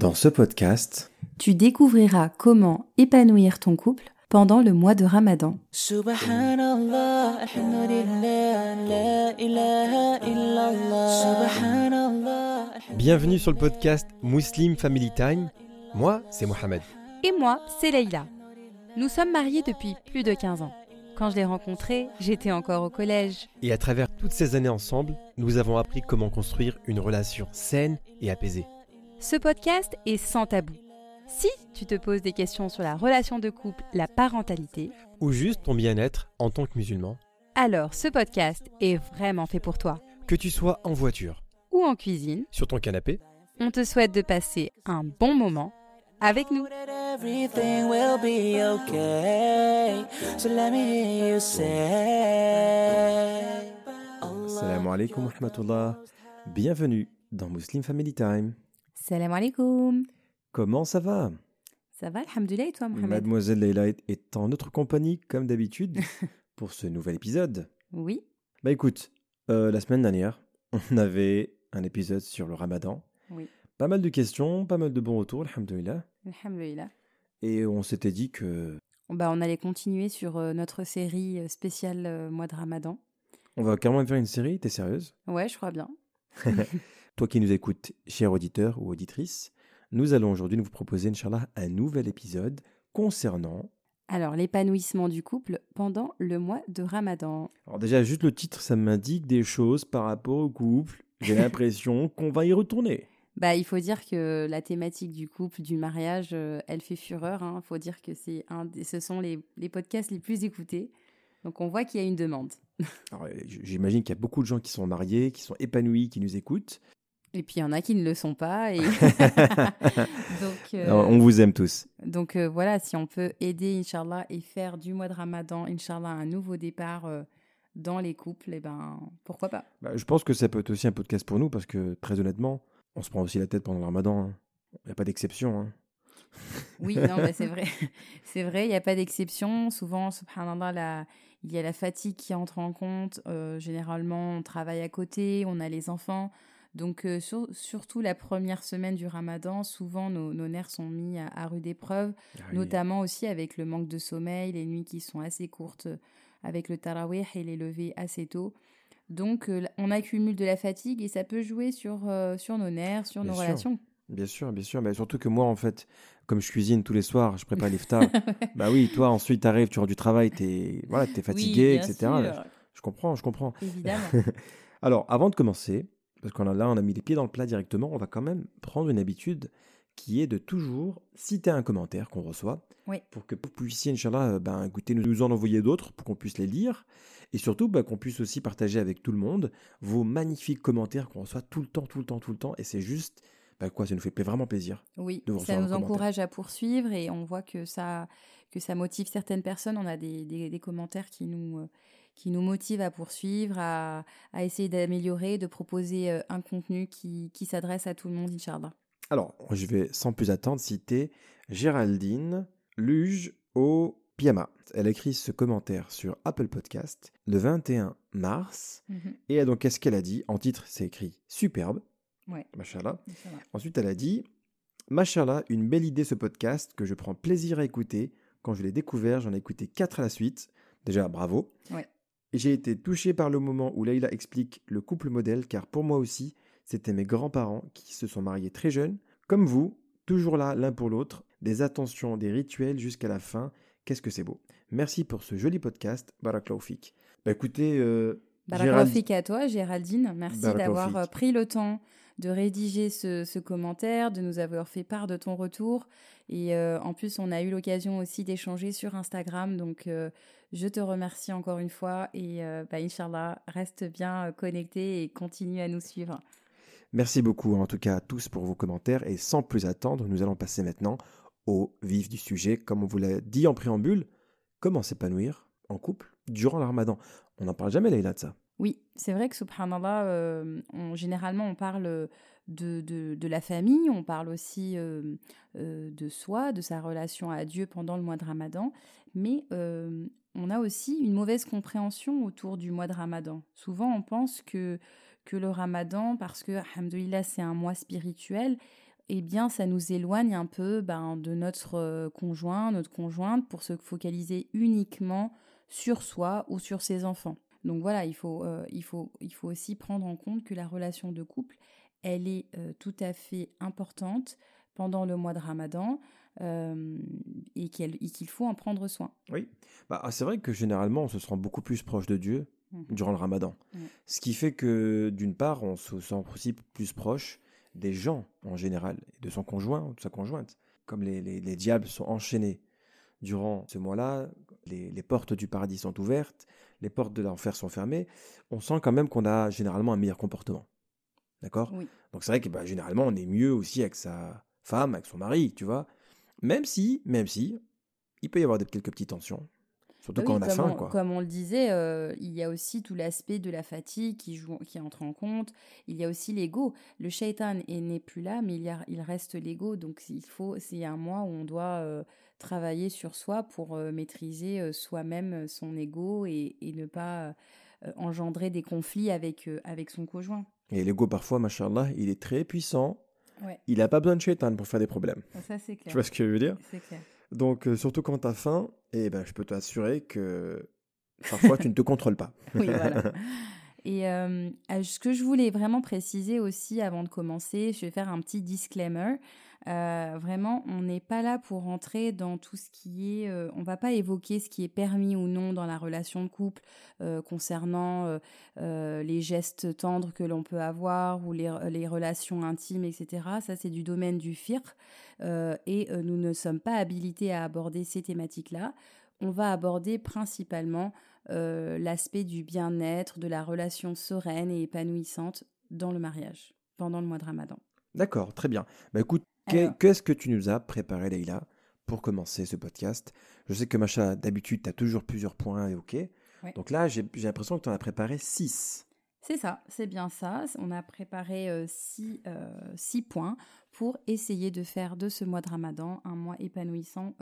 Dans ce podcast, tu découvriras comment épanouir ton couple pendant le mois de Ramadan. Subhanallah, alhamdulillah, la ilaha illallah. Subhanallah. bienvenue sur le podcast Muslim Family Time. Moi, c'est Mohamed. Et moi, c'est Leïla. Nous sommes mariés depuis plus de 15 ans. Quand je l'ai rencontré, j'étais encore au collège. Et à travers toutes ces années ensemble, nous avons appris comment construire une relation saine et apaisée. Ce podcast est sans tabou. Si tu te poses des questions sur la relation de couple, la parentalité, Ou juste ton bien-être en tant que musulman. alors ce podcast est vraiment fait pour toi. Que tu sois en voiture, Ou en cuisine, sur ton canapé, on te souhaite de passer un bon moment avec nous. That everything will be okay. So let me hear you say. Assalamu alaikum wa rahmatullah. Bienvenue dans Muslim Family Time. Salam alaikum. Comment ça va? Ça va, alhamdoulilah, et toi, Mohamed? Mademoiselle Leïla est en notre compagnie comme d'habitude pour ce nouvel épisode. Oui. Bah écoute, la semaine dernière, on avait un épisode sur le Ramadan. Oui. Pas mal de questions, pas mal de bons retours, alhamdoulilah. Alhamdoulilah. Et on s'était dit que On allait continuer sur notre série spéciale mois de Ramadan. on va carrément faire une série, t'es sérieuse? Ouais, je crois bien. Toi qui nous écoutes, cher auditeur ou auditrice, nous allons aujourd'hui vous proposer, Inch'Allah, un nouvel épisode concernant... Alors, l'épanouissement du couple pendant le mois de Ramadan. Alors déjà, juste le titre, ça m'indique des choses par rapport au couple. J'ai l'impression qu'on va y retourner. Il faut dire que la thématique du couple, du mariage, elle fait fureur. Il faut dire que ce sont les podcasts les plus écoutés. Donc, on voit qu'il y a une demande. Alors, j'imagine qu'il y a beaucoup de gens qui sont mariés, qui sont épanouis, qui nous écoutent. Et puis, il y en a qui ne le sont pas. Et... Donc, Alors, on vous aime tous. Donc voilà, si on peut aider, Inch'Allah, et faire du mois de Ramadan, Inch'Allah, un nouveau départ dans les couples, pourquoi pas. Je pense que ça peut être aussi un podcast pour nous parce que, très honnêtement, on se prend aussi la tête pendant le Ramadan. Hein. Il n'y a pas d'exception. Hein. Oui, non, c'est vrai. C'est vrai, il n'y a pas d'exception. Souvent, subhanallah, il y a la fatigue qui entre en compte. Généralement, on travaille à côté, on a les enfants. Donc, surtout la première semaine du Ramadan, souvent nos nerfs sont mis à rude épreuve, notamment aussi avec le manque de sommeil, les nuits qui sont assez courtes avec le tarawih et les levées assez tôt. Donc, on accumule de la fatigue et ça peut jouer sur nos nerfs, sur nos relations. Bien sûr, bien sûr. Mais surtout que moi, en fait, comme je cuisine tous les soirs, je prépare l'iftar. Bah oui, toi, ensuite, tu arrives, tu rentres du travail, t'es fatigué, Oui, bien etc. sûr. Je comprends. Évidemment. Alors, avant de commencer, parce qu'on a mis les pieds dans le plat directement, on va quand même prendre une habitude qui est de toujours citer un commentaire qu'on reçoit Oui. pour que vous puissiez, Inch'Allah, écoutez, nous en envoyer d'autres pour qu'on puisse les lire et surtout qu'on puisse aussi partager avec tout le monde vos magnifiques commentaires qu'on reçoit tout le temps et c'est juste, ça nous fait vraiment plaisir. Oui, de vous ça recevoir nous en commentaire. encourage à poursuivre et on voit que ça motive certaines personnes. On a des commentaires qui nous motivent à poursuivre, à essayer d'améliorer, de proposer un contenu qui s'adresse à tout le monde, Inch'Allah. Alors, je vais sans plus attendre citer Géraldine Luge au Pyjama. Elle a écrit ce commentaire sur Apple Podcast le 21 mars. Et donc, qu'est-ce qu'elle a dit? En titre, c'est écrit « Superbe ». Ouais. Machallah. Inch'Allah. Ensuite, elle a dit « Machallah, une belle idée ce podcast que je prends plaisir à écouter. Quand je l'ai découvert, j'en ai écouté 4 à la suite. Déjà, bravo. Ouais. Et j'ai été touché par le moment où Leïla explique le couple modèle, car pour moi aussi, c'était mes grands-parents qui se sont mariés très jeunes, comme vous, toujours là l'un pour l'autre, des attentions, des rituels jusqu'à la fin. Qu'est-ce que c'est beau. Merci pour ce joli podcast. Barakallahu fik. Écoutez, Barakallahu fik à toi, Géraldine. Merci Barakallahu d'avoir fik. pris le temps de rédiger ce commentaire, de nous avoir fait part de ton retour. Et en plus, on a eu l'occasion aussi d'échanger sur Instagram. Donc, je te remercie encore une fois. Et Inch'Allah, reste bien connecté et continue à nous suivre. Merci beaucoup en tout cas à tous pour vos commentaires. Et sans plus attendre, nous allons passer maintenant au vif du sujet. Comme on vous l'a dit en préambule, comment s'épanouir en couple durant le Ramadan. On n'en parle jamais, Leïla, de ça. Oui, c'est vrai que subhanallah, généralement on parle de la famille, on parle aussi de soi, de sa relation à Dieu pendant le mois de Ramadan, mais on a aussi une mauvaise compréhension autour du mois de Ramadan. Souvent on pense que le Ramadan, parce que, alhamdoulilah, c'est un mois spirituel, eh bien, ça nous éloigne un peu de notre conjoint, notre conjointe, pour se focaliser uniquement sur soi ou sur ses enfants. Donc voilà, il faut aussi prendre en compte que la relation de couple, elle est tout à fait importante pendant le mois de Ramadan et qu'il faut en prendre soin. Oui, c'est vrai que généralement, on se sent beaucoup plus proche de Dieu durant le Ramadan. Ce qui fait que, d'une part, on se sent aussi plus proche des gens en général, de son conjoint ou de sa conjointe. Comme les diables sont enchaînés durant ce mois-là, les portes du paradis sont ouvertes, les portes de l'enfer sont fermées, on sent quand même qu'on a généralement un meilleur comportement. D'accord ? Oui. Donc c'est vrai que généralement, on est mieux aussi avec sa femme, avec son mari, tu vois. Même si, il peut y avoir quelques petites tensions. Surtout quand on a faim, quoi. Comme on le disait, il y a aussi tout l'aspect de la fatigue qui entre en compte. Il y a aussi l'ego. Le shaitan n'est plus là, mais il reste l'ego. Donc c'est un mois où on doit travailler sur soi pour maîtriser soi-même son ego et ne pas engendrer des conflits avec son conjoint. Et l'ego, parfois, machallah, il est très puissant. Ouais. Il n'a pas besoin de shaitan pour faire des problèmes. Ça, c'est clair. Tu vois ce que je veux dire ? C'est clair. Donc, surtout quand tu as faim, je peux t'assurer que parfois, tu ne te contrôles pas. Oui, voilà. Et ce que je voulais vraiment préciser aussi avant de commencer, je vais faire un petit disclaimer. Vraiment, on n'est pas là pour rentrer dans tout ce qui est... on va pas évoquer ce qui est permis ou non dans la relation de couple concernant les gestes tendres que l'on peut avoir ou les relations intimes, etc. Ça, c'est du domaine du fiqh. Et nous ne sommes pas habilités à aborder ces thématiques-là. On va aborder principalement l'aspect du bien-être, de la relation sereine et épanouissante dans le mariage, pendant le mois de Ramadan. D'accord, très bien. Écoute, Alors, qu'est-ce que tu nous as préparé, Leïla, pour commencer ce podcast ? Je sais que, Macha, d'habitude, tu as toujours plusieurs points à évoquer. Ouais. Donc là, j'ai l'impression que tu en as préparé 6. c'est ça, c'est bien ça. On a préparé 6 points pour essayer de faire de ce mois de Ramadan un mois épanouissant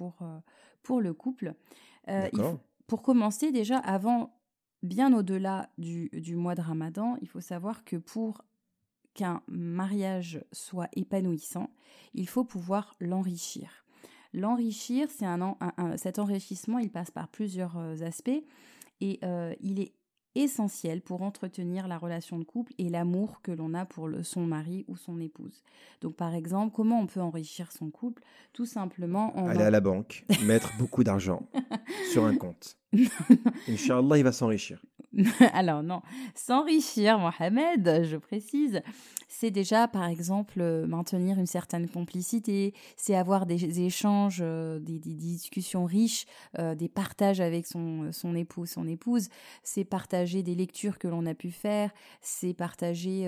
pour le couple. D'accord. Pour commencer, déjà, bien au-delà du mois de Ramadan, il faut savoir que pour qu'un mariage soit épanouissant, il faut pouvoir l'enrichir. L'enrichir, cet enrichissement, il passe par plusieurs aspects et il est essentiel pour entretenir la relation de couple et l'amour que l'on a pour son mari ou son épouse. Donc par exemple, comment on peut enrichir son couple ? Tout simplement Aller à la banque, mettre beaucoup d'argent sur un compte. Inch'Allah, il va s'enrichir. Alors non, s'enrichir, Mohamed, je précise, c'est déjà par exemple maintenir une certaine complicité, c'est avoir des échanges, des discussions riches, des partages avec son époux, son épouse, c'est partager des lectures que l'on a pu faire, c'est partager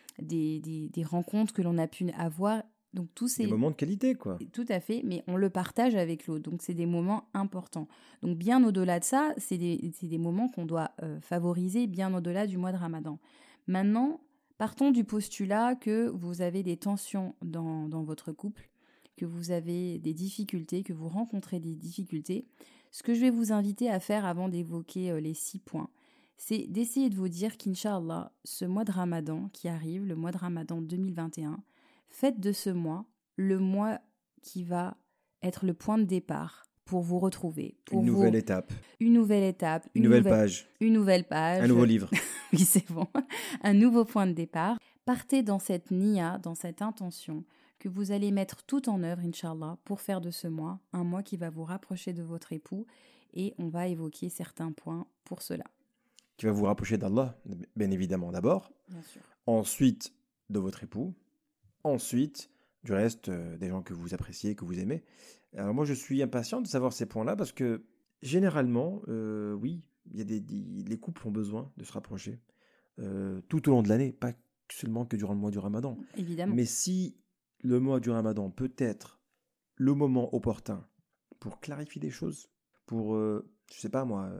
des rencontres que l'on a pu avoir. Donc tous ces Des moments de qualité, quoi. Tout à fait, mais on le partage avec l'autre, donc c'est des moments importants. Donc bien au-delà de ça, c'est des moments qu'on doit favoriser bien au-delà du mois de Ramadan. Maintenant, partons du postulat que vous avez des tensions dans votre couple, que vous avez des difficultés, que vous rencontrez des difficultés. Ce que je vais vous inviter à faire avant d'évoquer les 6 points, c'est d'essayer de vous dire qu'Inch'Allah, ce mois de Ramadan qui arrive, le mois de Ramadan 2021, faites de ce mois le mois qui va être le point de départ pour vous retrouver. Une nouvelle étape. Une nouvelle étape. Une nouvelle page. Une nouvelle page. Un nouveau livre. Oui, c'est bon. Un nouveau point de départ. Partez dans cette niya, dans cette intention que vous allez mettre tout en œuvre, Inch'Allah, pour faire de ce mois un mois qui va vous rapprocher de votre époux. Et on va évoquer certains points pour cela. Qui va vous rapprocher d'Allah, bien évidemment, d'abord. Bien sûr. Ensuite, de votre époux. Ensuite, du reste, des gens que vous appréciez, que vous aimez. Alors moi, je suis impatient de savoir ces points-là parce que, généralement, oui, les couples ont besoin de se rapprocher tout au long de l'année, pas seulement que durant le mois du Ramadan. Évidemment. Mais si le mois du Ramadan peut être le moment opportun pour clarifier des choses, pour, je sais pas moi...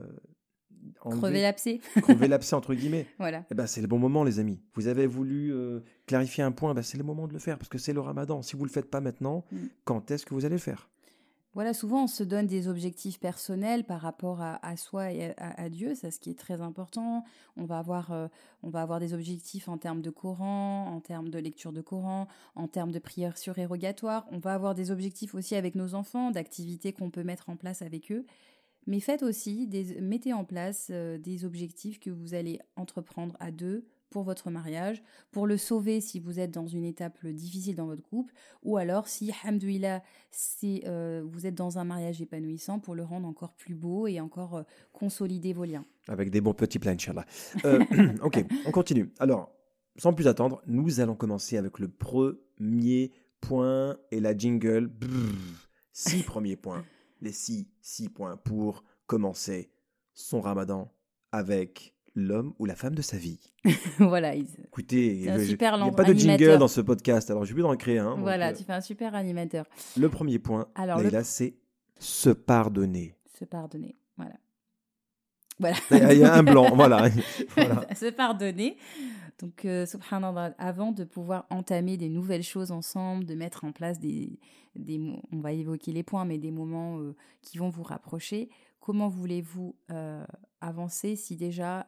crever l'abcès. Crever l'abcès, entre guillemets. Voilà. C'est le bon moment, les amis. Vous avez voulu clarifier un point, c'est le moment de le faire, parce que c'est le Ramadan. Si vous ne le faites pas maintenant, quand est-ce que vous allez le faire ? Voilà, souvent on se donne des objectifs personnels par rapport à soi et à Dieu, c'est ce qui est très important. On va avoir des objectifs en termes de Coran, en termes de lecture de Coran, en termes de prières surérogatoires. On va avoir des objectifs aussi avec nos enfants, d'activités qu'on peut mettre en place avec eux. Mais mettez en place des objectifs que vous allez entreprendre à deux pour votre mariage, pour le sauver si vous êtes dans une étape difficile dans votre couple, ou alors si, alhamdoulilah, vous êtes dans un mariage épanouissant, pour le rendre encore plus beau et encore consolider vos liens. Avec des bons petits plans, Inch'Allah. Ok, on continue. Alors, sans plus attendre, nous allons commencer avec le premier point et la jingle. Brrr, 6 premiers points. Les 6 points pour commencer son ramadan avec l'homme ou la femme de sa vie. Voilà. Écoutez, C'est un il super n'y a pas de jingle animateur. dans ce podcast, alors je vais en créer un. Voilà, donc, tu fais un super animateur. le premier point, Alors, Leïla, c'est se pardonner. Se pardonner, voilà. Il y a un blanc, voilà. Voilà. Se pardonner. Donc, subhanallah, avant de pouvoir entamer des nouvelles choses ensemble, de mettre en place on va évoquer les points, mais des moments qui vont vous rapprocher, comment voulez-vous avancer si déjà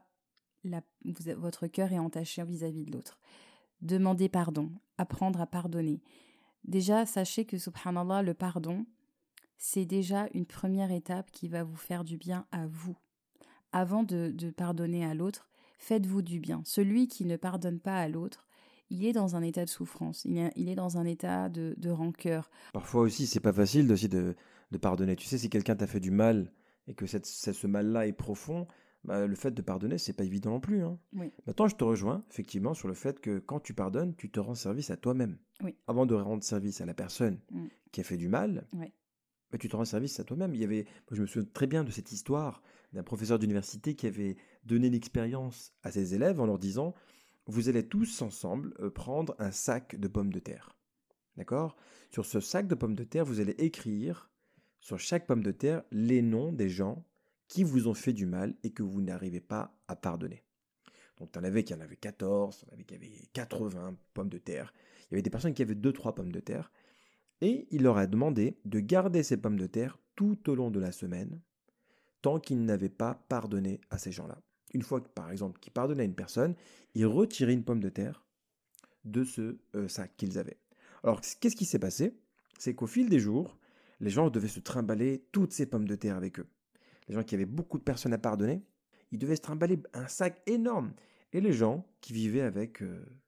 votre cœur est entaché vis-à-vis de l'autre? Demandez pardon, apprendre à pardonner. Déjà, sachez que, subhanallah, le pardon, c'est déjà une première étape qui va vous faire du bien à vous. Avant de pardonner à l'autre, faites-vous du bien. Celui qui ne pardonne pas à l'autre, il est dans un état de souffrance, il est dans un état de rancœur. Parfois aussi, c'est pas facile aussi de pardonner. Tu sais, si quelqu'un t'a fait du mal et que ce mal-là est profond, bah, le fait de pardonner, c'est pas évident non plus. Hein. Oui. Maintenant, je te rejoins effectivement sur le fait que quand tu pardonnes, tu te rends service à toi-même. Oui. Avant de rendre service à la personne qui a fait du mal, Oui. bah, tu te rends service à toi-même. Je me souviens très bien de cette histoire d'un professeur d'université qui avait donné l'expérience à ses élèves en leur disant « Vous allez tous ensemble prendre un sac de pommes de terre. D'accord ? Sur ce sac de pommes de terre, vous allez écrire sur chaque pomme de terre les noms des gens qui vous ont fait du mal et que vous n'arrivez pas à pardonner. » Donc, il y en avait qui en avaient 14, il y en avait qui avaient 80 pommes de terre. Il y avait des personnes qui avaient 2-3 pommes de terre. Et il leur a demandé de garder ces pommes de terre tout au long de la semaine, tant qu'ils n'avaient pas pardonné à ces gens-là. Une fois, par exemple, qu'ils pardonnaient à une personne, ils retiraient une pomme de terre de ce sac qu'ils avaient. Alors, qu'est-ce qui s'est passé? C'est qu'au fil des jours, les gens devaient se trimballer toutes ces pommes de terre avec eux. Les gens qui avaient beaucoup de personnes à pardonner, ils devaient se trimballer un sac énorme. Et les gens qui vivaient avec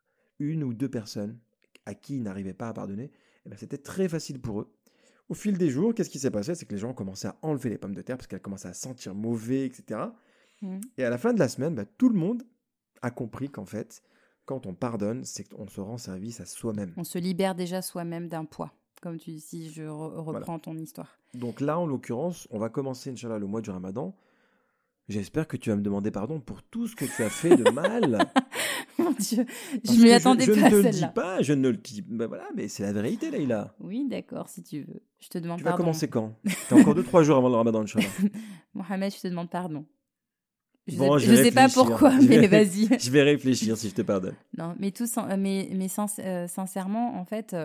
une ou deux personnes à qui ils n'arrivaient pas à pardonner, eh bien, c'était très facile pour eux. Au fil des jours, qu'est-ce qui s'est passé? C'est que les gens ont commencé à enlever les pommes de terre parce qu'elles commençaient à sentir mauvais, etc. Et à la fin de la semaine, bah, tout le monde a compris qu'en fait, quand on pardonne, c'est qu'on se rend service à soi-même. On se libère déjà soi-même d'un poids, comme tu dis, si je reprends ton histoire. Donc là, en l'occurrence, on va commencer, Inch'Allah, le mois du Ramadan. J'espère que tu vas me demander pardon pour tout ce que tu as fait de mal. Mon Dieu, Parce je m'y que attendais je pas ne à te le dis celle-là. pas, je ne le dis pas. Ben voilà, mais c'est la vérité, Leïla. Oui, d'accord, si tu veux. Je te demande Tu vas pardon. commencer quand? T'as encore 2-3 jours avant le Ramadan, Inch'Allah. Mohamed, je te demande pardon. Je Bon, sais, je sais pas réfléchir. pourquoi, mais vas-y. Je vais réfléchir si je te pardonne. Non, mais sincèrement, en fait,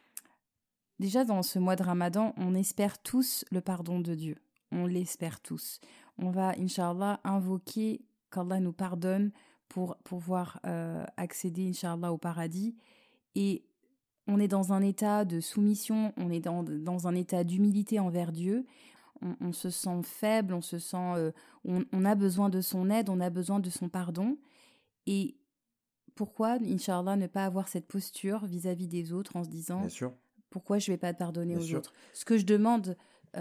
déjà dans ce mois de Ramadan, on espère tous le pardon de Dieu. On l'espère tous. On va, Inch'Allah, invoquer qu'Allah nous pardonne pour pouvoir accéder, Inch'Allah, au paradis. Et on est dans un état de soumission, on est dans un état d'humilité envers Dieu. On se sent faible, on se sent, on a besoin de son aide, on a besoin de son pardon. Et pourquoi, Inch'Allah, ne pas avoir cette posture vis-à-vis des autres en se disant Bien sûr. pourquoi je ne vais pas pardonner Bien aux sûr. autres? Ce que je demande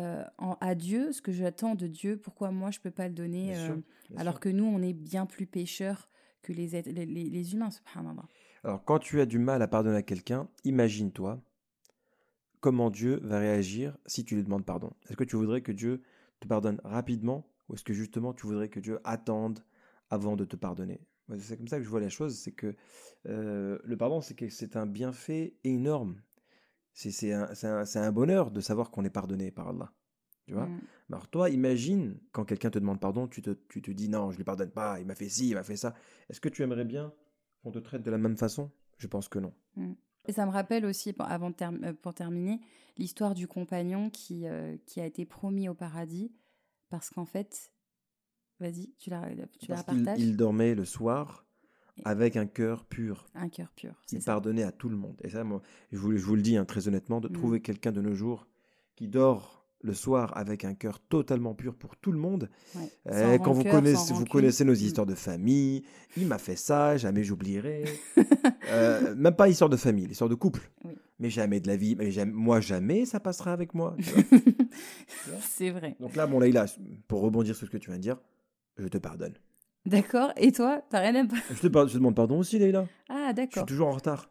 à Dieu, ce que j'attends de Dieu, pourquoi moi je ne peux pas le donner Bien sûr, bien alors sûr. que nous, on est bien plus pécheurs que les humains, subhanallah. Alors, quand tu as du mal à pardonner à quelqu'un, imagine-toi comment Dieu va réagir si tu lui demandes pardon. Est-ce que tu voudrais que Dieu te pardonne rapidement ou est-ce que justement tu voudrais que Dieu attende avant de te pardonner? Moi, c'est comme ça que je vois la chose, c'est que le pardon, c'est un bienfait énorme. C'est un bonheur de savoir qu'on est pardonné par Allah. Tu vois? Alors toi, imagine, quand quelqu'un te demande pardon, tu te dis non, je ne lui pardonne pas, il m'a fait ci, il m'a fait ça. Est-ce que tu aimerais bien qu'on te traite de la même façon? Je pense que non. Et ça me rappelle aussi, pour terminer, l'histoire du compagnon qui a été promis au paradis parce qu'en fait, vas-y, tu la Parce partages. qu'il dormait le soir avec un cœur pur. Un cœur pur, c'est Il ça. pardonnait à tout le monde. Et ça, moi, je vous le dis très honnêtement, de trouver quelqu'un de nos jours qui dort le soir avec un cœur totalement pur pour tout le monde. Ouais. Quand vous connaissez nos histoires de famille, il m'a fait ça, jamais j'oublierai. Même pas histoire de famille, l'histoire de couple. Oui. Mais jamais de la vie, moi jamais ça passera avec moi. C'est vrai. Donc là, bon Leïla, pour rebondir sur ce que tu viens de dire, je te pardonne. D'accord. Et toi, t'as rien à... Je te demande pardon aussi, Leïla. Ah, Je suis d'accord. toujours en retard.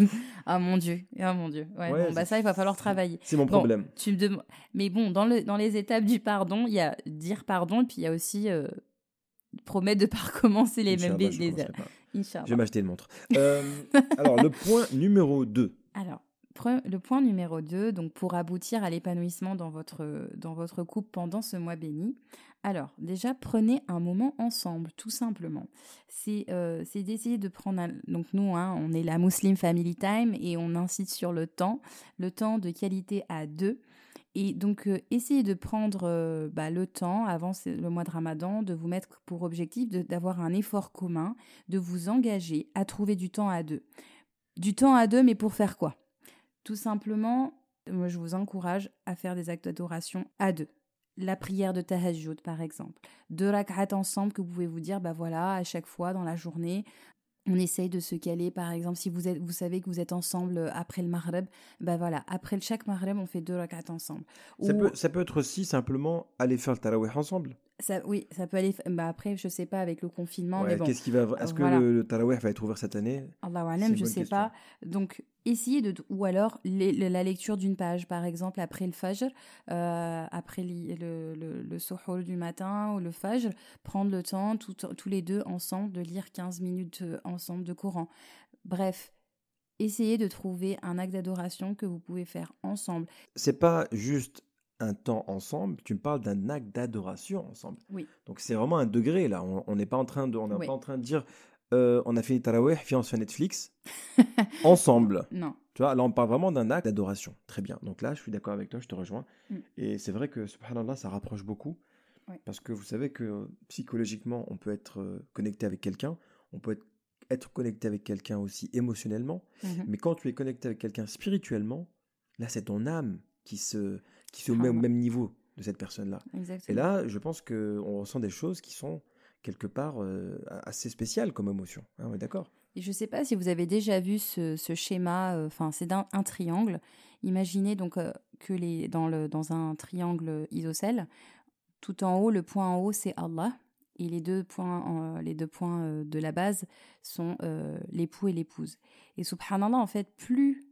Ah mon Dieu. Ouais, bon, ça, il va falloir travailler. C'est mon problème. Tu me demandes... Mais bon, dans les étapes du pardon, il y a dire pardon, et puis il y a aussi promettre de ne pas recommencer les mêmes bêtises. Je vais m'acheter une montre. Alors, le point numéro 2. Alors, le point numéro 2, donc pour aboutir à l'épanouissement dans votre couple pendant ce mois béni. Alors, déjà, prenez un moment ensemble, tout simplement. C'est d'essayer de prendre... Donc nous, on est la Muslim Family Time et on incite sur le temps de qualité à deux. Et donc, essayez de prendre le temps, avant le mois de Ramadan, de vous mettre pour objectif d'avoir un effort commun, de vous engager à trouver du temps à deux. Du temps à deux, mais pour faire quoi ? Tout simplement, moi, je vous encourage à faire des actes d'adoration à deux. La prière de Tahajjud, par exemple. 2 rak'at ensemble que vous pouvez vous dire, voilà, à chaque fois dans la journée, on essaye de se caler, par exemple, si vous savez que vous êtes ensemble après le Maghreb, voilà, après chaque Maghreb, on fait 2 rak'at ensemble. Ça peut être aussi simplement aller faire le tarawih ensemble. Oui, ça peut aller. Après, je sais pas avec le confinement, mais bon. Est-ce que le tarawih va être ouvert cette année ? Allahu alam, je sais pas. Donc, essayez ou alors la lecture d'une page, par exemple, après le Fajr, après le suhour du matin ou le Fajr, prendre le temps, tous les deux ensemble, de lire 15 minutes ensemble de Coran. Bref, essayez de trouver un acte d'adoration que vous pouvez faire ensemble. C'est pas juste un temps ensemble, tu me parles d'un acte d'adoration ensemble. Oui. Donc c'est vraiment un degré là. On n'est pas en train de dire on a fini tarawih, puis on se fait Netflix ensemble. Non. Tu vois, là on parle vraiment d'un acte d'adoration. Très bien. Donc là, je suis d'accord avec toi, je te rejoins. Et c'est vrai que subhanallah, ça rapproche beaucoup. Oui. Parce que vous savez que psychologiquement, on peut être connecté avec quelqu'un, on peut être connecté avec quelqu'un aussi émotionnellement, mais quand tu es connecté avec quelqu'un spirituellement, là c'est ton âme qui se met au même niveau de cette personne-là. Exactement. Et là, je pense qu'on ressent des choses qui sont quelque part assez spéciales comme émotion. On est d'accord ? Et je ne sais pas si vous avez déjà vu ce schéma, c'est un triangle. Imaginez donc que dans un triangle isocèle, tout en haut, le point en haut, c'est Allah. Et les deux points de la base sont l'époux et l'épouse. Et subhanallah, en fait, plus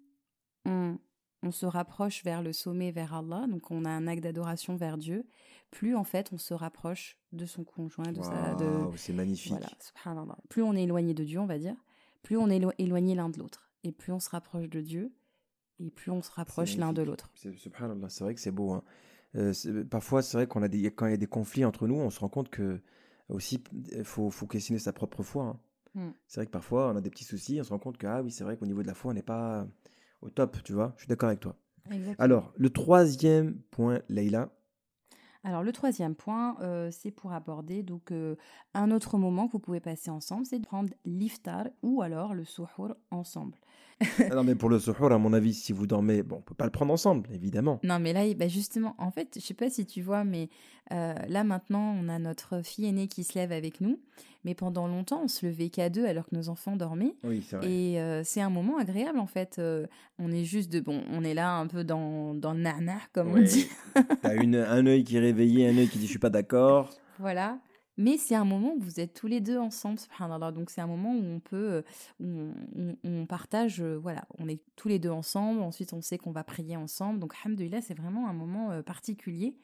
on se rapproche vers le sommet, vers Allah, donc on a un acte d'adoration vers Dieu, plus en fait on se rapproche de son conjoint, c'est magnifique. Voilà, subhanallah. Plus on est éloigné de Dieu, on va dire, plus on est éloigné l'un de l'autre. Et plus on se rapproche de Dieu, et plus on se rapproche l'un de l'autre. Subhanallah, c'est vrai que c'est beau. Parfois, c'est vrai quand il y a des conflits entre nous, on se rend compte que aussi, il faut questionner sa propre foi. C'est vrai que parfois, on a des petits soucis, on se rend compte que, c'est vrai qu'au niveau de la foi, on n'est pas au top, tu vois. Je suis d'accord avec toi. Exactement. Alors, le troisième point, Leïla. Alors, le troisième point, c'est pour aborder un autre moment que vous pouvez passer ensemble, c'est de prendre l'iftar ou alors le suhour ensemble. Non, mais pour le suhour, à mon avis, si vous dormez, on ne peut pas le prendre ensemble, évidemment. Non, mais là, justement, en fait, je ne sais pas si tu vois, mais là, maintenant, on a notre fille aînée qui se lève avec nous. Mais pendant longtemps, on se levait qu'à deux alors que nos enfants dormaient. Oui, c'est vrai. Et c'est un moment agréable, en fait. On est juste on est là un peu dans le nana, comme on dit. T'as un œil qui est réveillé, un œil qui dit « je suis pas d'accord ». Voilà. Mais c'est un moment où vous êtes tous les deux ensemble, subhanallah. Donc c'est un moment où on peut, où on partage, on est tous les deux ensemble. Ensuite, on sait qu'on va prier ensemble. Donc, alhamdoulilah, c'est vraiment un moment particulier.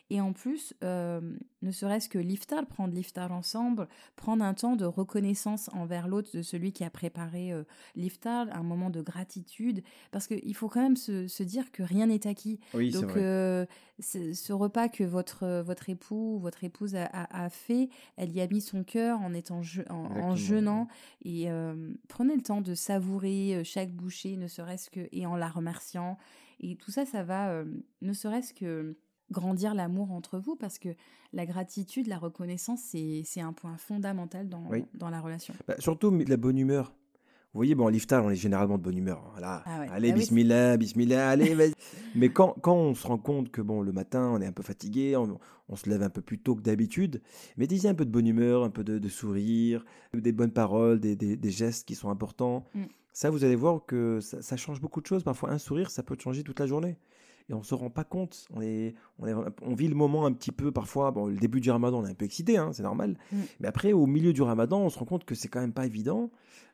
Et en plus, ne serait-ce que l'iftar, prendre l'iftar ensemble, prendre un temps de reconnaissance envers l'autre de celui qui a préparé l'iftar, un moment de gratitude, parce qu'il faut quand même se dire que rien n'est acquis. Oui, c'est Donc, vrai. ce repas que votre époux ou votre épouse a fait, elle y a mis son cœur en étant en Exactement. jeûnant. Et prenez le temps de savourer chaque bouchée, ne serait-ce que, et en la remerciant. Et tout ça, ça va, ne serait-ce que grandir l'amour entre vous, parce que la gratitude, la reconnaissance, c'est un point fondamental Oui. dans la relation. Bah, surtout de la bonne humeur. Vous voyez, bon, à l'iftar, on est généralement de bonne humeur. Voilà. Ah ouais. Allez, Bah oui, bismillah, bismillah, allez, vas-y. Mais quand on se rend compte que bon, le matin, on est un peu fatigué, on se lève un peu plus tôt que d'habitude, mettez-y un peu de bonne humeur, un peu de sourire, des bonnes paroles, des gestes qui sont importants. Mm. Ça, vous allez voir que ça change beaucoup de choses. Parfois, un sourire, ça peut changer toute la journée. Et on ne se rend pas compte. On vit le moment un petit peu, parfois, bon, le début du ramadan, on est un peu excité, hein, c'est normal. Mm. Mais après, au milieu du ramadan, on se rend compte que c'est quand même pas évident.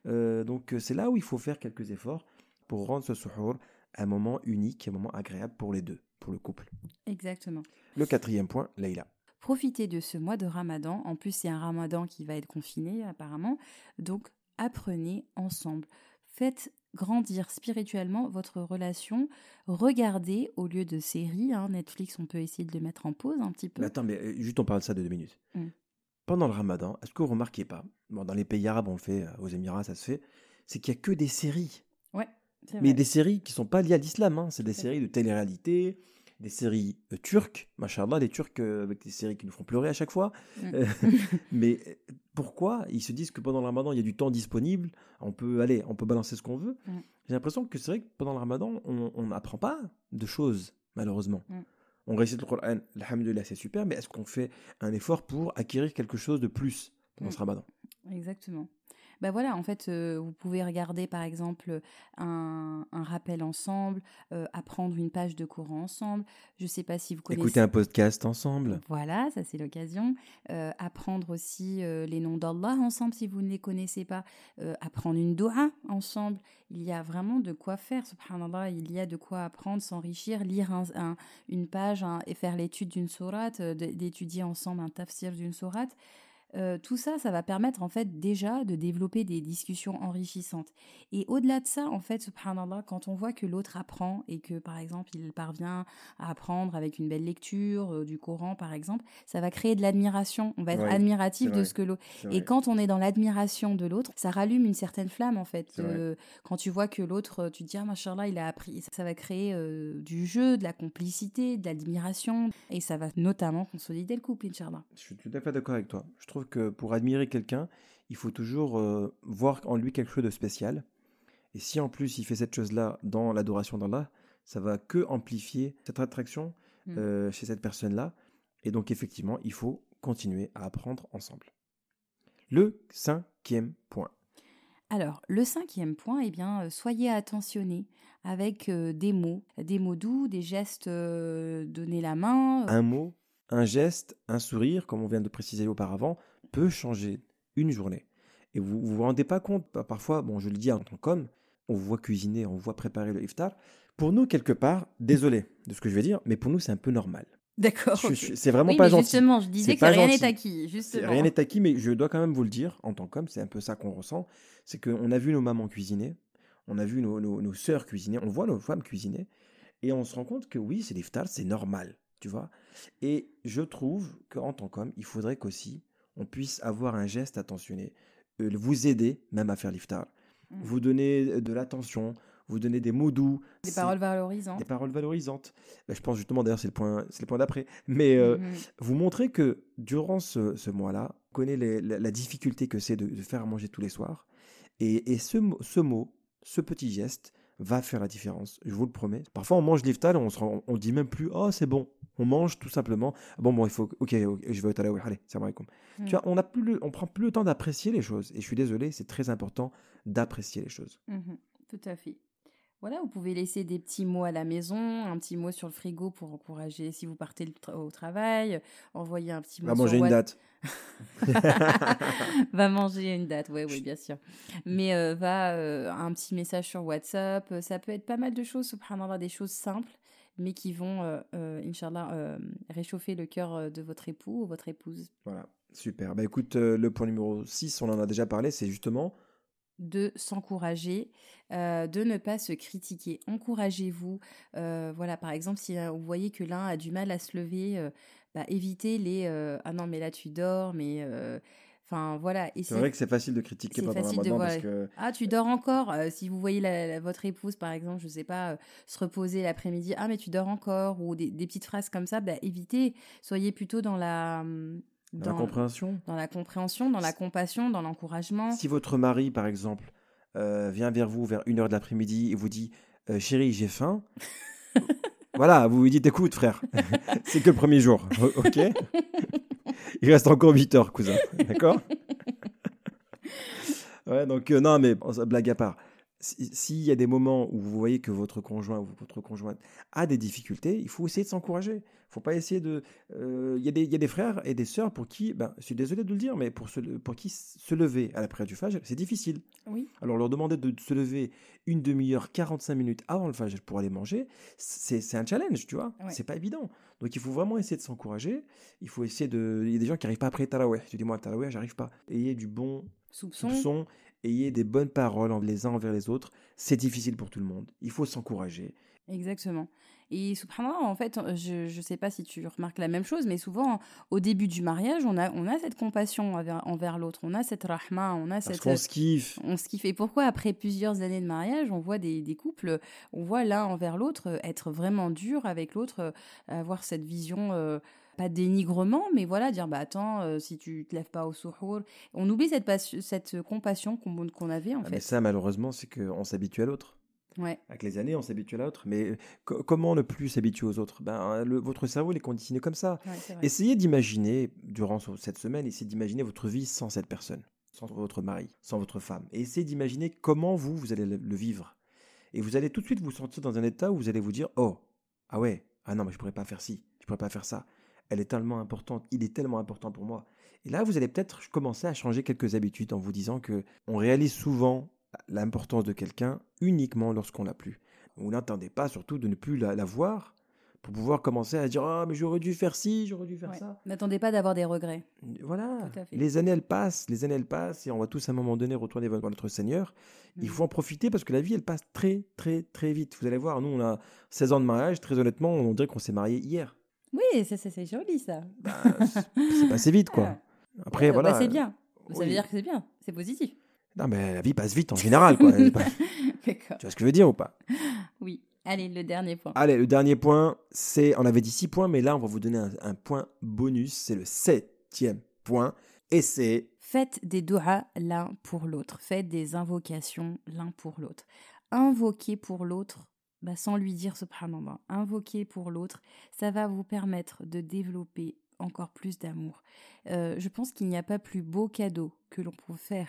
Donc, c'est là où il faut faire quelques efforts pour rendre ce suhour un moment unique, un moment agréable pour les deux, pour le couple. exactement. Le 4e point, Leïla. Profitez de ce mois de Ramadan. En plus, c'est un Ramadan qui va être confiné apparemment. Donc, apprenez ensemble. Faites grandir spirituellement votre relation. Regardez au lieu de séries. Netflix, on peut essayer de le mettre en pause un petit peu. Mais attends, mais juste on parle de ça de 2 minutes. Mm. Pendant le ramadan, est-ce que vous remarquez pas, bon, dans les pays arabes, on le fait, aux Émirats, ça se fait, c'est qu'il n'y a que des séries. Ouais, c'est Mais vrai. des séries qui sont pas liées à l'islam, hein. C'est des Tout à séries de télé-réalité, des séries turques, machallah, les Turcs avec des séries qui nous font pleurer à chaque fois. Mm. Euh, mais pourquoi ils se disent que pendant le ramadan, il y a du temps disponible, on peut balancer ce qu'on veut. Mm. J'ai l'impression que c'est vrai que pendant le ramadan, on n'apprend pas de choses, malheureusement. Mm. On récite le Coran, alhamdoulilah, c'est super, mais est-ce qu'on fait un effort pour acquérir quelque chose de plus pendant ce ramadan? Exactement. Bah voilà, en fait, vous pouvez regarder par exemple un rappel ensemble, apprendre une page de Coran ensemble. Je sais pas si vous Écouter connaissez. un podcast ensemble. Voilà, ça c'est l'occasion. Apprendre aussi les noms d'Allah ensemble si vous ne les connaissez pas. Apprendre une doha ensemble. Il y a vraiment de quoi faire, subhanallah. Il y a de quoi apprendre, s'enrichir, lire une page et faire l'étude d'une sourate, d'étudier ensemble un tafsir d'une sourate. Tout ça, ça va permettre en fait déjà de développer des discussions enrichissantes. Et au-delà de ça, en fait, subhanallah, quand on voit que l'autre apprend et que par exemple il parvient à apprendre avec une belle lecture du Coran par exemple, ça va créer de l'admiration. On va être Oui, admiratif c'est de vrai, ce que l'autre. c'est Et vrai. quand on est dans l'admiration de l'autre, ça rallume une certaine flamme en fait. C'est vrai. Quand tu vois que l'autre, tu te dis ah machallah, il a appris. Ça va créer du jeu, de la complicité, de l'admiration, et ça va notamment consolider le couple, Inch'Allah. Je suis tout à fait d'accord avec toi. Je trouve que pour admirer quelqu'un, il faut toujours voir en lui quelque chose de spécial. Et si en plus il fait cette chose-là dans l'adoration d'Allah, ça va que amplifier cette attraction chez cette personne-là. Et donc effectivement, il faut continuer à apprendre ensemble. Le 5e point. Alors, le 5e point, eh bien, soyez attentionnés avec des mots doux, des gestes, donner la main. Un mot, un geste, un sourire, comme on vient de préciser auparavant, peut changer une journée. Et vous vous rendez pas compte, parfois, bon, je le dis en tant qu'homme, on vous voit cuisiner, on vous voit préparer le iftar. Pour nous, quelque part, désolé de ce que je vais dire, mais pour nous, c'est un peu normal. D'accord. ok. C'est vraiment Oui, pas mais gentil. justement, je disais C'est que pas rien gentil. n'est acquis. Justement. Rien n'est acquis, mais je dois quand même vous le dire, en tant qu'homme, c'est un peu ça qu'on ressent. C'est qu'on a vu nos mamans cuisiner, on a vu nos sœurs cuisiner, on voit nos femmes cuisiner, et on se rend compte que oui, c'est l'iftar, c'est normal, tu vois. Et je trouve qu'en tant qu'homme, il faudrait qu'aussi, on puisse avoir un geste attentionné, vous aider même à faire l'iftar, vous donner de l'attention, vous donner des mots doux. Des C'est- paroles valorisantes. Des paroles valorisantes. Ben, je pense justement, d'ailleurs, c'est le point d'après. Mais Mhm. vous montrez que durant ce mois-là, on connaît la difficulté que c'est de faire à manger tous les soirs. Et ce mot, ce petit geste va faire la différence, je vous le promets. Parfois, on mange l'iftar et on dit même plus « Oh, c'est bon ». On mange tout simplement. Bon, il faut... Ok, je vais au tarawih. Allez, salam alaikum. Mm. Tu vois, on prend plus le temps d'apprécier les choses. Et je suis désolé, c'est très important d'apprécier les choses. Mhm. Tout à fait. Voilà, vous pouvez laisser des petits mots à la maison, un petit mot sur le frigo pour encourager si vous partez au travail, envoyer un petit mot Va sur manger une date. Va manger une date, oui, bien sûr. Mais un petit message sur WhatsApp, ça peut être pas mal de choses, subhanallah, des choses simples, mais qui vont, Inch'Allah, réchauffer le cœur de votre époux ou votre épouse. Voilà, super. Bah écoute, le point numéro 6, on en a déjà parlé, c'est justement De s'encourager, de ne pas se critiquer. Encouragez-vous. Voilà, par exemple, si vous voyez que l'un a du mal à se lever, évitez les ah non, mais là tu dors, mais enfin voilà. Et c'est vrai que c'est facile de critiquer c'est pendant facile de Ramadan voir. parce que Ah, tu dors encore. Si vous voyez votre épouse, par exemple, je sais pas, se reposer l'après-midi, ah, mais tu dors encore, ou des petites phrases comme ça, évitez. Soyez plutôt dans la, dans la compréhension. dans la compréhension, dans la compassion, dans l'encouragement. Si votre mari, par exemple, vient vers vous vers 1h de l'après-midi et vous dit chérie, j'ai faim, voilà, vous lui dites écoute, frère, c'est que le premier jour, ok. Il reste encore 8 heures, cousin, d'accord. Ouais, donc non, mais blague à part. S'il y a des moments où vous voyez que votre conjoint ou votre conjointe a des difficultés, il faut essayer de s'encourager. Il faut pas essayer de. Il y a des frères et des sœurs pour qui, je suis désolé de le dire, mais pour qui se lever à la prière du Fajr, c'est difficile. Oui. Alors leur demander de se lever une demi-heure, 45 minutes avant le Fajr pour aller manger, c'est un challenge, tu vois. Ouais. C'est pas évident. Donc il faut vraiment essayer de s'encourager. Il faut essayer de. Il y a des gens qui n'arrivent pas après Taraweh. Tu dis moi Taraweh, j'arrive pas. Ayez du bon soupçon. Ayez des bonnes paroles les uns envers les autres. C'est difficile pour tout le monde. Il faut s'encourager. Exactement. Et subhanallah, en fait, je ne sais pas si tu remarques la même chose, mais souvent, au début du mariage, on a cette compassion envers l'autre, on a cette rahma, on a Parce cette... qu'on se kiffe. On se kiffe. Et pourquoi, après plusieurs années de mariage, on voit des couples, on voit l'un envers l'autre être vraiment dur avec l'autre, avoir cette vision... pas dénigrement, mais voilà, dire attends, si tu te lèves pas au souhour, on oublie cette compassion qu'on avait en fait. Mais ça, malheureusement, c'est qu'on s'habitue à l'autre. Ouais. Avec les années, on s'habitue à l'autre. Mais comment ne plus s'habituer aux autres? Votre cerveau, il est conditionné comme ça. Ouais, c'est vrai. Essayez d'imaginer, durant cette semaine, essayez d'imaginer votre vie sans cette personne, sans votre mari, sans votre femme. Et essayez d'imaginer comment vous allez le vivre. Et vous allez tout de suite vous sentir dans un état où vous allez vous dire, oh, ah ouais, ah non, mais je pourrais pas faire ci, je pourrais pas faire ça. Elle est tellement importante, il est tellement important pour moi. Et là, vous allez peut-être commencer à changer quelques habitudes en vous disant que on réalise souvent l'importance de quelqu'un uniquement lorsqu'on l'a plus. Vous n'attendez pas surtout de ne plus la voir pour pouvoir commencer à dire « Ah, mais j'aurais dû faire ci, j'aurais dû faire ça. » N'attendez pas d'avoir des regrets. Voilà. Tout à fait. Les années, elles passent, et on va tous à un moment donné retourner vers notre Seigneur. Il faut en profiter parce que la vie, elle passe très, très, très vite. Vous allez voir, nous, on a 16 ans de mariage. Très honnêtement, on dirait qu'on s'est mariés hier. Oui, c'est joli ça. C'est passé vite, quoi. Après, voilà. C'est bien. Ça oui. veut dire que c'est bien. C'est positif. Non, mais la vie passe vite en général, quoi. D'accord. Tu vois ce que je veux dire ou pas? Oui. Allez, le dernier point. Allez, le dernier point, c'est... On avait dit 6 points, mais là, on va vous donner un point bonus. C'est le 7e point. Et c'est... Faites des du'as l'un pour l'autre. Faites des invocations l'un pour l'autre. Invoquer pour l'autre, sans lui dire subhanallah. Invoquer pour l'autre, ça va vous permettre de développer encore plus d'amour. Je pense qu'il n'y a pas plus beau cadeau que l'on peut faire.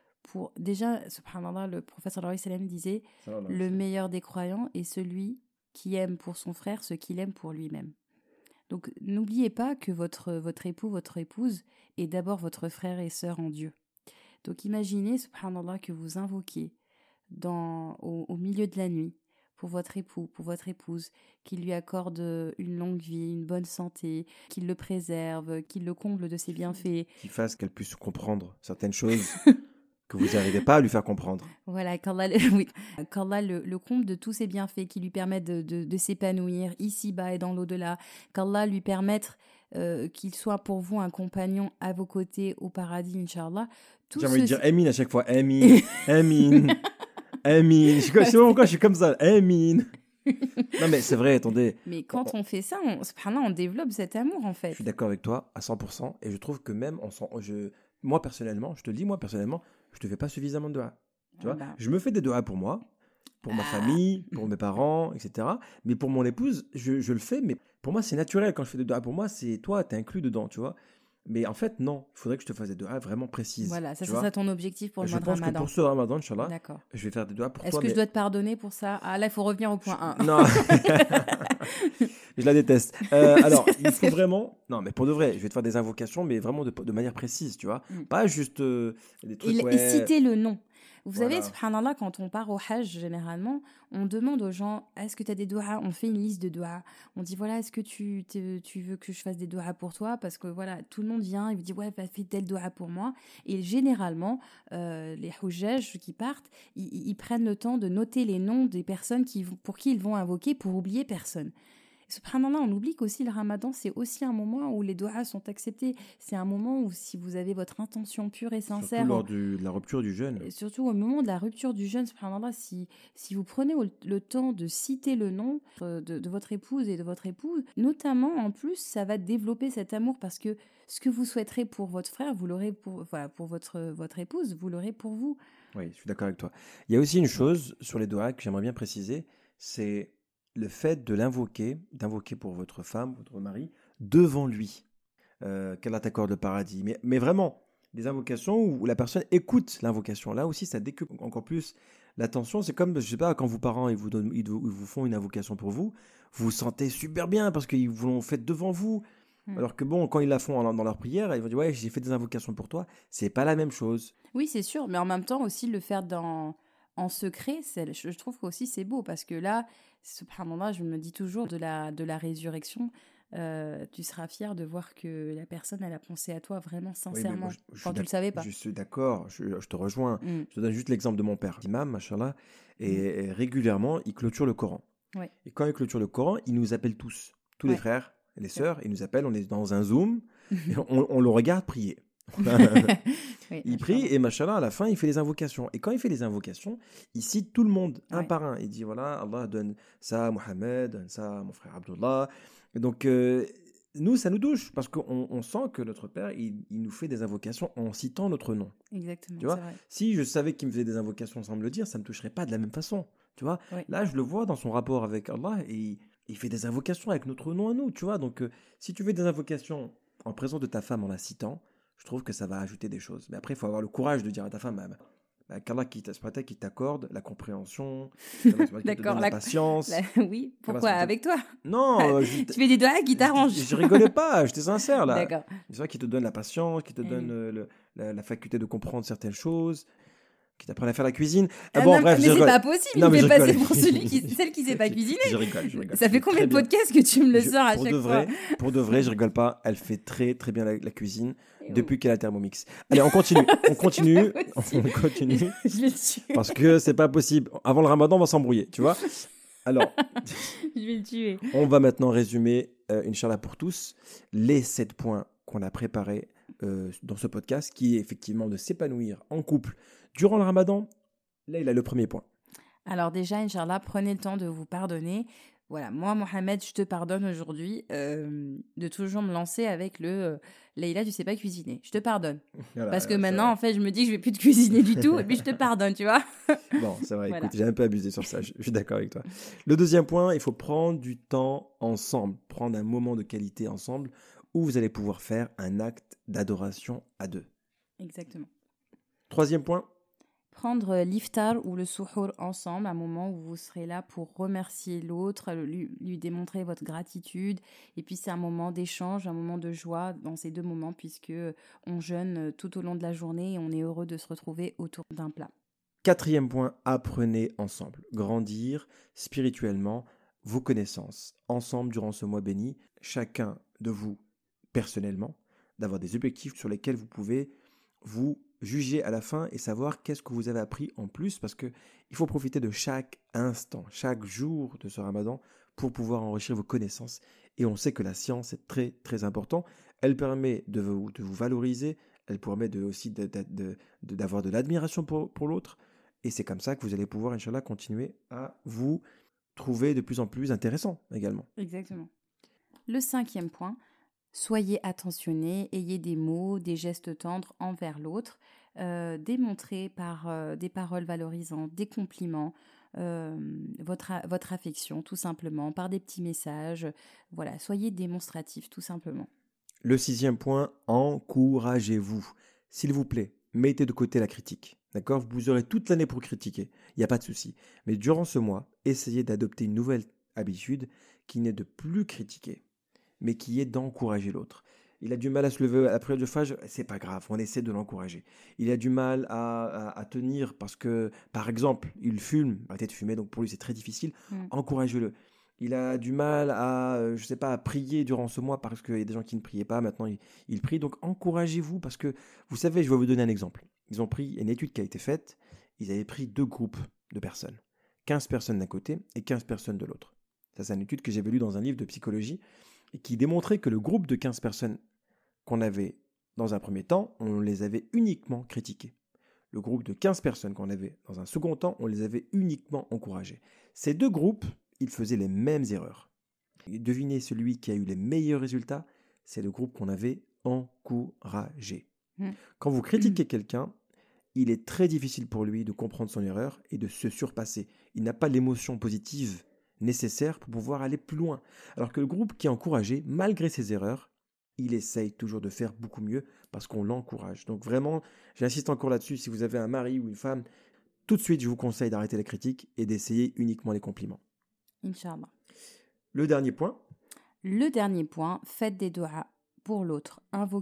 Déjà, subhanallah, le prophète sallallahu alayhi wa sallam disait « Le meilleur des croyants est celui qui aime pour son frère ce qu'il aime pour lui-même ». Donc, n'oubliez pas que votre époux, votre épouse est d'abord votre frère et sœur en Dieu. Donc, imaginez, subhanallah, que vous invoquez au milieu de la nuit pour votre époux, pour votre épouse, qu'il lui accorde une longue vie, une bonne santé, qu'il le préserve, qu'il le comble de ses bienfaits. Qu'il fasse qu'elle puisse comprendre certaines choses que vous n'arrivez pas à lui faire comprendre. Voilà, qu'Allah le comble de tous ses bienfaits, qui lui permettent de s'épanouir ici-bas et dans l'au-delà, qu'Allah lui permette qu'il soit pour vous un compagnon à vos côtés au paradis, Inch'Allah. J'ai envie de dire Amin à chaque fois. Amin, Amin, Amin. Je sais pas pourquoi je suis comme ça. Amin. Non mais c'est vrai, attendez. Mais quand on fait ça, on développe cet amour en fait. Je suis d'accord avec toi à 100% et je trouve que même moi personnellement, je te le dis, je ne fais pas suffisamment de doigts. Tu vois, je me fais des doigts pour moi, pour ma famille, pour mes parents, etc. Mais pour mon épouse, je le fais, mais pour moi c'est naturel. Quand je fais des doigts pour moi, c'est toi, t'es inclus dedans, tu vois. Mais en fait, non, il faudrait que je te fasse des doigts vraiment précises. Voilà, ça serait ton objectif pour le mois de Ramadan. Je pense que pour ce Ramadan, Inch'Allah, d'accord. Je vais faire des doigts pour toi. Est-ce que je dois te pardonner pour ça? Ah là, il faut revenir au point 1. Non, je la déteste. Alors, il faut vraiment... Non, mais pour de vrai, je vais te faire des invocations, mais vraiment de manière précise, tu vois. Pas juste des trucs... Et citer le nom. Vous Voilà. savez, subhanallah, quand on part au Hajj, généralement, on demande aux gens, est-ce que tu as des doigts? On fait une liste de doigts. On dit, voilà, est-ce que tu veux que je fasse des doigts pour toi? Parce que voilà, tout le monde vient, il vous dit, ouais, fais tel doigt pour moi. Et généralement, les hujjaj qui partent, ils prennent le temps de noter les noms des personnes pour qui ils vont invoquer pour oublier personne. Subhanallah, on oublie qu'aussi le ramadan, c'est aussi un moment où les doigts sont acceptés. C'est un moment où si vous avez votre intention pure et Surtout sincère, lors de la rupture du jeûne. et surtout au moment de la rupture du jeûne, subhanallah, si vous prenez le temps de citer le nom de votre épouse et de votre épouse, notamment en plus, ça va développer cet amour parce que ce que vous souhaiterez pour votre frère, vous l'aurez pour votre épouse, vous l'aurez pour vous. Oui, je suis d'accord avec toi. Il y a aussi une chose sur les doigts que j'aimerais bien préciser, c'est le fait de d'invoquer pour votre femme, votre mari, devant lui. Qu'Allah t'accorde le paradis. Mais vraiment, des invocations où la personne écoute l'invocation. Là aussi, ça décuple encore plus l'attention. C'est comme, je sais pas, quand vos parents ils vous font une invocation pour vous, vous vous sentez super bien parce qu'ils vous l'ont fait devant vous. Alors que bon, quand ils la font dans leur prière, ils vont dire ouais, j'ai fait des invocations pour toi. C'est pas la même chose. Oui, c'est sûr, mais en même temps aussi le faire en secret, je trouve qu'aussi c'est beau parce que là, subhanallah, je me dis toujours de la résurrection, tu seras fier de voir que la personne, elle a pensé à toi vraiment Oui, mais sincèrement, moi, je suis quand tu le savais pas. je suis d'accord, je te rejoins. Mm, Je te donne juste l'exemple de mon père, imam, machallah, mm. et régulièrement, il clôture le Coran. Ouais, Et quand il clôture le Coran, il nous appelle tous les ouais, frères et les c'est vrai. sœurs, il nous appelle, on est dans un Zoom, et on le regarde prier. Oui, Il prie machallah. et machallah, à la fin, il fait les invocations. Et quand il fait les invocations, il cite tout le monde, un Ouais, par un. Il dit, voilà, Allah donne ça à Mohamed, donne ça à mon frère Abdullah. Et donc, nous, ça nous touche, parce qu'on sent que notre Père, il nous fait des invocations en citant notre nom. exactement, Tu c'est vois, vrai. si je savais qu'il me faisait des invocations sans me le dire, ça ne me toucherait pas de la même façon. Tu vois, Oui, là, je le vois dans son rapport avec Allah et il fait des invocations avec notre nom à nous. Tu vois, donc si tu fais des invocations en présence de ta femme en la citant, je trouve que ça va ajouter des choses. Mais après, il faut avoir le courage de dire à ta femme, qu'Allah qui t'accorde la compréhension, qu'Allah qui te d'accord. donne la patience. Oui, qu'Allah pourquoi avec toi? Non, Tu fais des doigts qui t'arrangent. je rigolais pas, j'étais sincère là. D'accord. C'est vrai qu'il te donne la patience, qui te Eh donne oui. la faculté de comprendre certaines choses, qui t'apprenne à faire la cuisine. Ah Ah bon, non, bref, mais je c'est rigole. pas possible, il Non, me mais je fait passer rigole. pour celle qui sait pas cuisiner. Je rigole, je rigole. Ça fait combien Très de bien. podcasts que tu me le sors à Pour chaque de fois? vrai, pour de vrai, je rigole pas. Elle fait très très bien la cuisine Eh depuis qu'elle a Thermomix. Allez, on continue. On continue. C'est pas On possible. continue. Je vais le tuer. Parce que c'est pas possible. Avant le ramadan, on va s'embrouiller, tu vois. Alors, Je vais le tuer. on va maintenant résumer, Inch'Allah pour tous, les 7 points qu'on a préparés dans ce podcast, qui est effectivement de s'épanouir en couple durant le ramadan. Là, il a le premier point. Alors déjà, Inch'Allah, prenez le temps de vous pardonner. Voilà, moi, Mohamed, je te pardonne aujourd'hui de toujours me lancer avec Leïla, tu sais pas cuisiner. Je te pardonne. Voilà, Parce que c'est maintenant, vrai. en fait, je me dis que je vais plus te cuisiner du tout, et puis je te pardonne, tu vois. Bon, c'est vrai, Voilà. écoute, j'ai un peu abusé sur ça, je suis d'accord avec toi. Le deuxième point, il faut prendre du temps ensemble, prendre un moment de qualité ensemble où vous allez pouvoir faire un acte d'adoration à deux. Exactement. Troisième point, Prendre l'iftar ou le suhour ensemble, un moment où vous serez là pour remercier l'autre, lui démontrer votre gratitude. Et puis c'est un moment d'échange, un moment de joie dans ces deux moments, puisque on jeûne tout au long de la journée et on est heureux de se retrouver autour d'un plat. quatrième point, apprenez ensemble, grandir spirituellement vos connaissances ensemble durant ce mois béni, chacun de vous personnellement, d'avoir des objectifs sur lesquels vous pouvez vous juger à la fin et savoir qu'est-ce que vous avez appris en plus, parce que il faut profiter de chaque instant, chaque jour de ce ramadan pour pouvoir enrichir vos connaissances. Et on sait que la science est très très important. Elle permet de vous valoriser, elle permet aussi d'avoir de l'admiration pour l'autre. Et c'est comme ça que vous allez pouvoir, Inch'Allah, continuer à vous trouver de plus en plus intéressant également. Exactement. Le cinquième point, soyez attentionnés, ayez des mots, des gestes tendres envers l'autre, démontrez par des paroles valorisantes, des compliments, votre affection tout simplement, par des petits messages. Voilà, soyez démonstratifs tout simplement. Le sixième point, encouragez-vous. S'il vous plaît, mettez de côté la critique. D'accord? Vous aurez toute l'année pour critiquer, il n'y a pas de souci. Mais durant ce mois, essayez d'adopter une nouvelle habitude qui n'est de plus critiquer, mais qui est d'encourager l'autre. Il a du mal à se lever à la prière du Fajr, c'est pas grave, on essaie de l'encourager. Il a du mal à tenir parce que, par exemple, il fume, arrêtez de fumer, donc pour lui c'est très difficile, encouragez-le. Il a du mal à, je sais pas, à prier durant ce mois parce qu'il y a des gens qui ne priaient pas, maintenant il prie, donc encouragez-vous parce que, vous savez, je vais vous donner un exemple. Ils ont pris une étude qui a été faite, ils avaient pris 2 groupes de personnes, 15 personnes d'un côté et 15 personnes de l'autre. Ça, c'est une étude que j'avais lue dans un livre de psychologie et qui démontrait que le groupe de 15 personnes qu'on avait dans un premier temps, on les avait uniquement critiqués. Le groupe de 15 personnes qu'on avait dans un second temps, on les avait uniquement encouragés. Ces 2 groupes, ils faisaient les mêmes erreurs. Et devinez celui qui a eu les meilleurs résultats, c'est le groupe qu'on avait encouragé. Quand vous critiquez quelqu'un, il est très difficile pour lui de comprendre son erreur et de se surpasser. Il n'a pas l'émotion positive nécessaire pour pouvoir aller plus loin. Alors que le groupe qui est encouragé, malgré ses erreurs, il essaye toujours de faire beaucoup mieux parce qu'on l'encourage. Donc vraiment, j'insiste encore là-dessus, si vous avez un mari ou une femme, tout de suite, je vous conseille d'arrêter la critique et d'essayer uniquement les compliments. Inch'Allah. Le dernier point. Le dernier point, faites des doigts pour l'autre,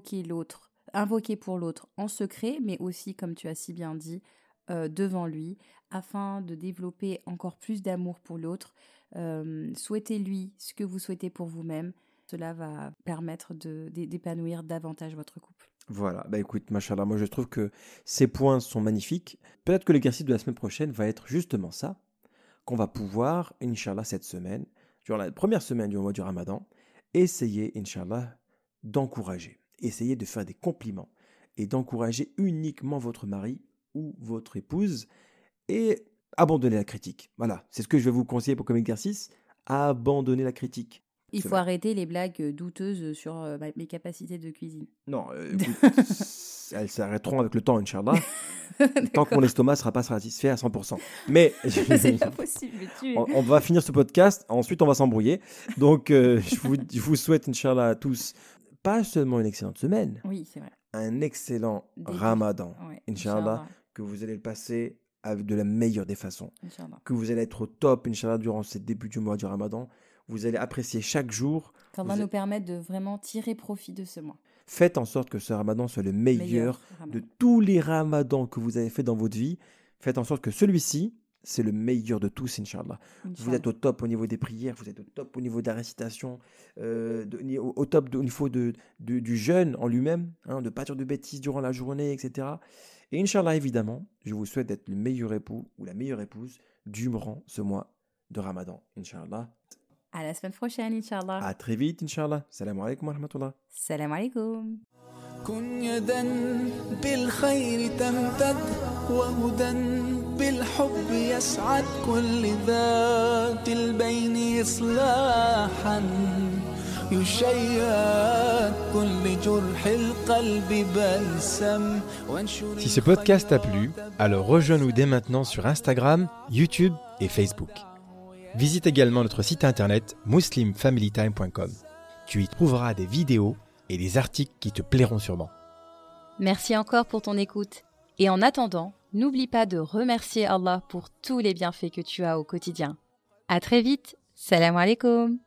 invoquez pour l'autre en secret, mais aussi, comme tu as si bien dit, devant lui, afin de développer encore plus d'amour pour l'autre. Souhaitez-lui ce que vous souhaitez pour vous-même. Cela va permettre d'épanouir davantage votre couple. Voilà, bah écoute, machallah, moi je trouve que ces points sont magnifiques. Peut-être que l'exercice de la semaine prochaine va être justement ça, qu'on va pouvoir, Inch'Allah, cette semaine, durant la première semaine du mois du Ramadan, essayer, Inch'Allah, d'encourager, essayer de faire des compliments et d'encourager uniquement votre mari ou votre épouse et abandonner la critique. Voilà, c'est ce que je vais vous conseiller pour comme exercice, abandonner la critique. Il faut arrêter les blagues douteuses sur mes capacités de cuisine. Non, écoute, elles s'arrêteront avec le temps, Inch'Allah, tant que mon estomac ne sera pas satisfait à 100%. Mais c'est pas possible. On va finir ce podcast, ensuite on va s'embrouiller. Donc, je vous souhaite, Inch'Allah, à tous, pas seulement une excellente semaine, oui, c'est vrai. un excellent Ramadan, ouais, Inch'Allah, que vous allez le passer avec de la meilleure des façons, Inch'Allah. que vous allez être au top, Inch'Allah, durant ce début du mois du Ramadan. Vous allez apprécier chaque jour. Qu'Allah nous permette de vraiment tirer profit de ce mois. Faites en sorte que ce Ramadan soit le meilleur de tous les Ramadans que vous avez fait dans votre vie. Faites en sorte que celui-ci, c'est le meilleur de tous, Inch'Allah. Vous êtes au top au niveau des prières, vous êtes au top au niveau de la récitation, au top au niveau du jeûne en lui-même, de ne pas dire de bêtises durant la journée, etc. Et Inch'Allah, évidemment, je vous souhaite d'être le meilleur époux ou la meilleure épouse durant ce mois de Ramadan, Inch'Allah. À la semaine prochaine, Inch'Allah. À très vite, Inch'Allah. Salam alaikum wa rahmatullah. Salam alaikum. كن يدا بالخير تمتد وهدى بالحب يسعد كل ذات البين إصلاحا يشيد كل جرح القلب بلسم. Si ce podcast t'a plu, alors rejoins-nous dès maintenant sur Instagram, YouTube et Facebook. Visite également notre site internet muslimfamilytime.com. Tu y trouveras des vidéos et des articles qui te plairont sûrement. Merci encore pour ton écoute. Et en attendant, n'oublie pas de remercier Allah pour tous les bienfaits que tu as au quotidien. À très vite. Salam alaikum.